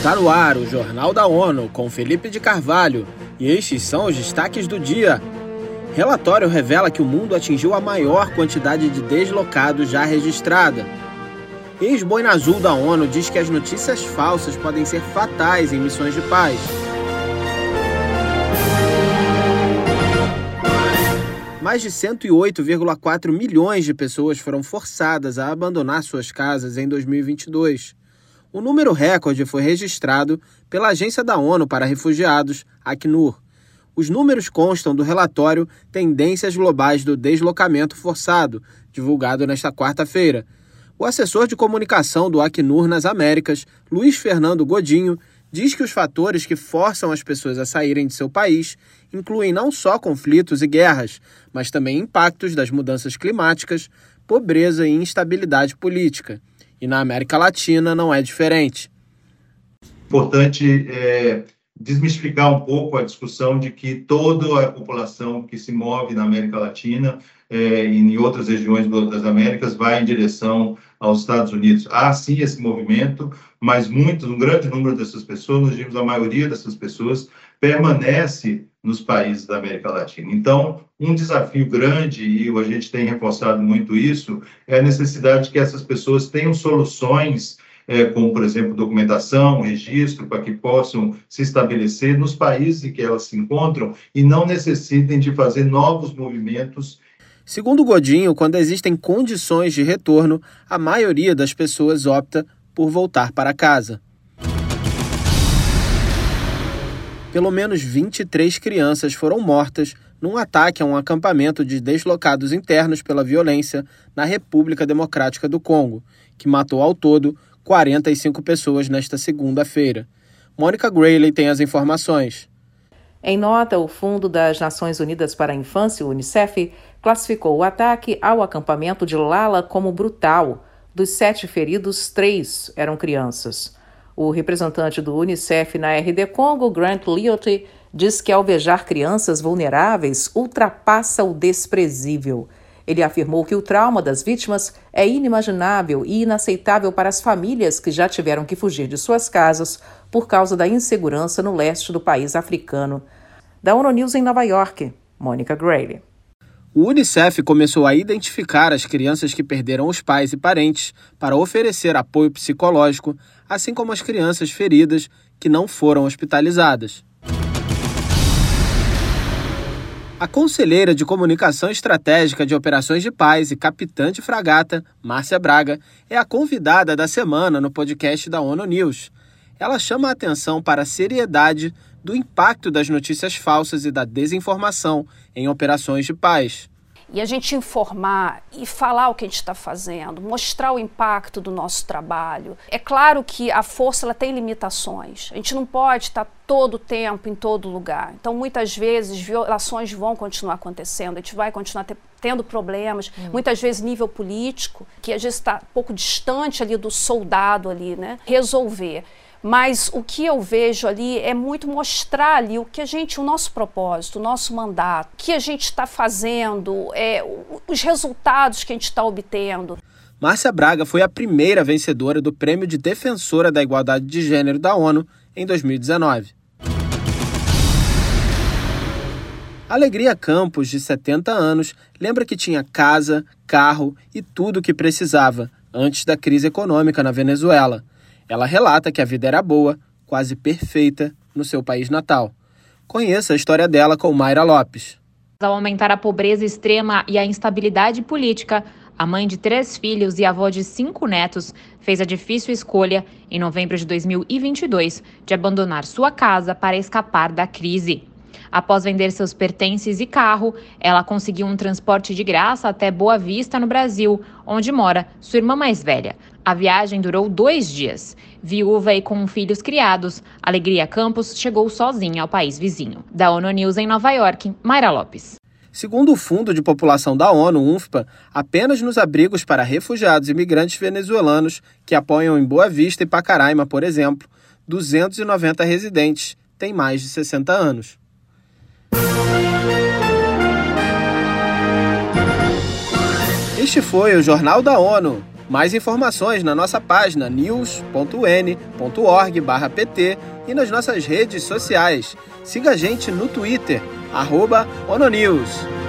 Está no ar o Jornal da ONU, com Felipe de Carvalho, e estes são os destaques do dia. Relatório revela que o mundo atingiu a maior quantidade de deslocados já registrada. Ex-boina azul da ONU diz que as notícias falsas podem ser fatais em missões de paz. Mais de 108,4 milhões de pessoas foram forçadas a abandonar suas casas em 2022. O número recorde foi registrado pela Agência da ONU para Refugiados, Acnur. Os números constam do relatório Tendências Globais do Deslocamento Forçado, divulgado nesta quarta-feira. O assessor de comunicação do Acnur nas Américas, Luiz Fernando Godinho, diz que os fatores que forçam as pessoas a saírem de seu país incluem não só conflitos e guerras, mas também impactos das mudanças climáticas, pobreza e instabilidade política. E na América Latina não é diferente. Importante desmistificar um pouco a discussão de que toda a população que se move na América Latina e em outras regiões das Américas vai em direção aos Estados Unidos. Há sim esse movimento, mas um grande número dessas pessoas, nós vimos a maioria dessas pessoas, permanece nos países da América Latina. Então, um desafio grande, e a gente tem reforçado muito isso, é a necessidade de que essas pessoas tenham soluções, como, por exemplo, documentação, registro, para que possam se estabelecer nos países em que elas se encontram e não necessitem de fazer novos movimentos. Segundo Godinho, quando existem condições de retorno, a maioria das pessoas opta por voltar para casa. Pelo menos 23 crianças foram mortas num ataque a um acampamento de deslocados internos pela violência na República Democrática do Congo, que matou ao todo 45 pessoas nesta segunda-feira. Mônica Grayley tem as informações. Em nota, o Fundo das Nações Unidas para a Infância, o UNICEF, classificou o ataque ao acampamento de Lala como brutal. Dos 7 feridos, 3 eram crianças. O representante do UNICEF na RD Congo, Grant Liotte, diz que alvejar crianças vulneráveis ultrapassa o desprezível. Ele afirmou que o trauma das vítimas é inimaginável e inaceitável para as famílias que já tiveram que fugir de suas casas por causa da insegurança no leste do país africano. Da ONU News em Nova York, Mônica Grayley. O UNICEF começou a identificar as crianças que perderam os pais e parentes para oferecer apoio psicológico, assim como as crianças feridas que não foram hospitalizadas. A conselheira de comunicação estratégica de operações de paz e capitã de fragata, Márcia Braga, é a convidada da semana no podcast da ONU News. Ela chama a atenção para a seriedade do impacto das notícias falsas e da desinformação em operações de paz. E a gente informar e falar o que a gente está fazendo, mostrar o impacto do nosso trabalho. É claro que a força ela tem limitações. A gente não pode estar todo o tempo em todo lugar. Então, muitas vezes, violações vão continuar acontecendo. A gente vai continuar tendo problemas, muitas vezes nível político, que às vezes está um pouco distante ali do soldado ali, né? Resolver. Mas o que eu vejo ali é muito mostrar ali o nosso propósito, o nosso mandato, o que a gente está fazendo, os resultados que a gente está obtendo. Márcia Braga foi a primeira vencedora do Prêmio de Defensora da Igualdade de Gênero da ONU em 2019. Alegria Campos, de 70 anos, lembra que tinha casa, carro e tudo o que precisava antes da crise econômica na Venezuela. Ela relata que a vida era boa, quase perfeita, no seu país natal. Conheça a história dela com Mayra Lopes. Ao aumentar a pobreza extrema e a instabilidade política, a mãe de 3 filhos e avó de 5 netos fez a difícil escolha, em novembro de 2022, de abandonar sua casa para escapar da crise. Após vender seus pertences e carro, ela conseguiu um transporte de graça até Boa Vista, no Brasil, onde mora sua irmã mais velha. A viagem durou 2 dias. Viúva e com filhos criados, Alegria Campos chegou sozinha ao país vizinho. Da ONU News em Nova York, Mayra Lopes. Segundo o Fundo de População da ONU, UNFPA, apenas nos abrigos para refugiados e imigrantes venezuelanos que apoiam em Boa Vista e Pacaraima, por exemplo, 290 residentes têm mais de 60 anos. Este foi o Jornal da ONU. Mais informações na nossa página news.un.org/pt e nas nossas redes sociais. Siga a gente no Twitter, @ONONews.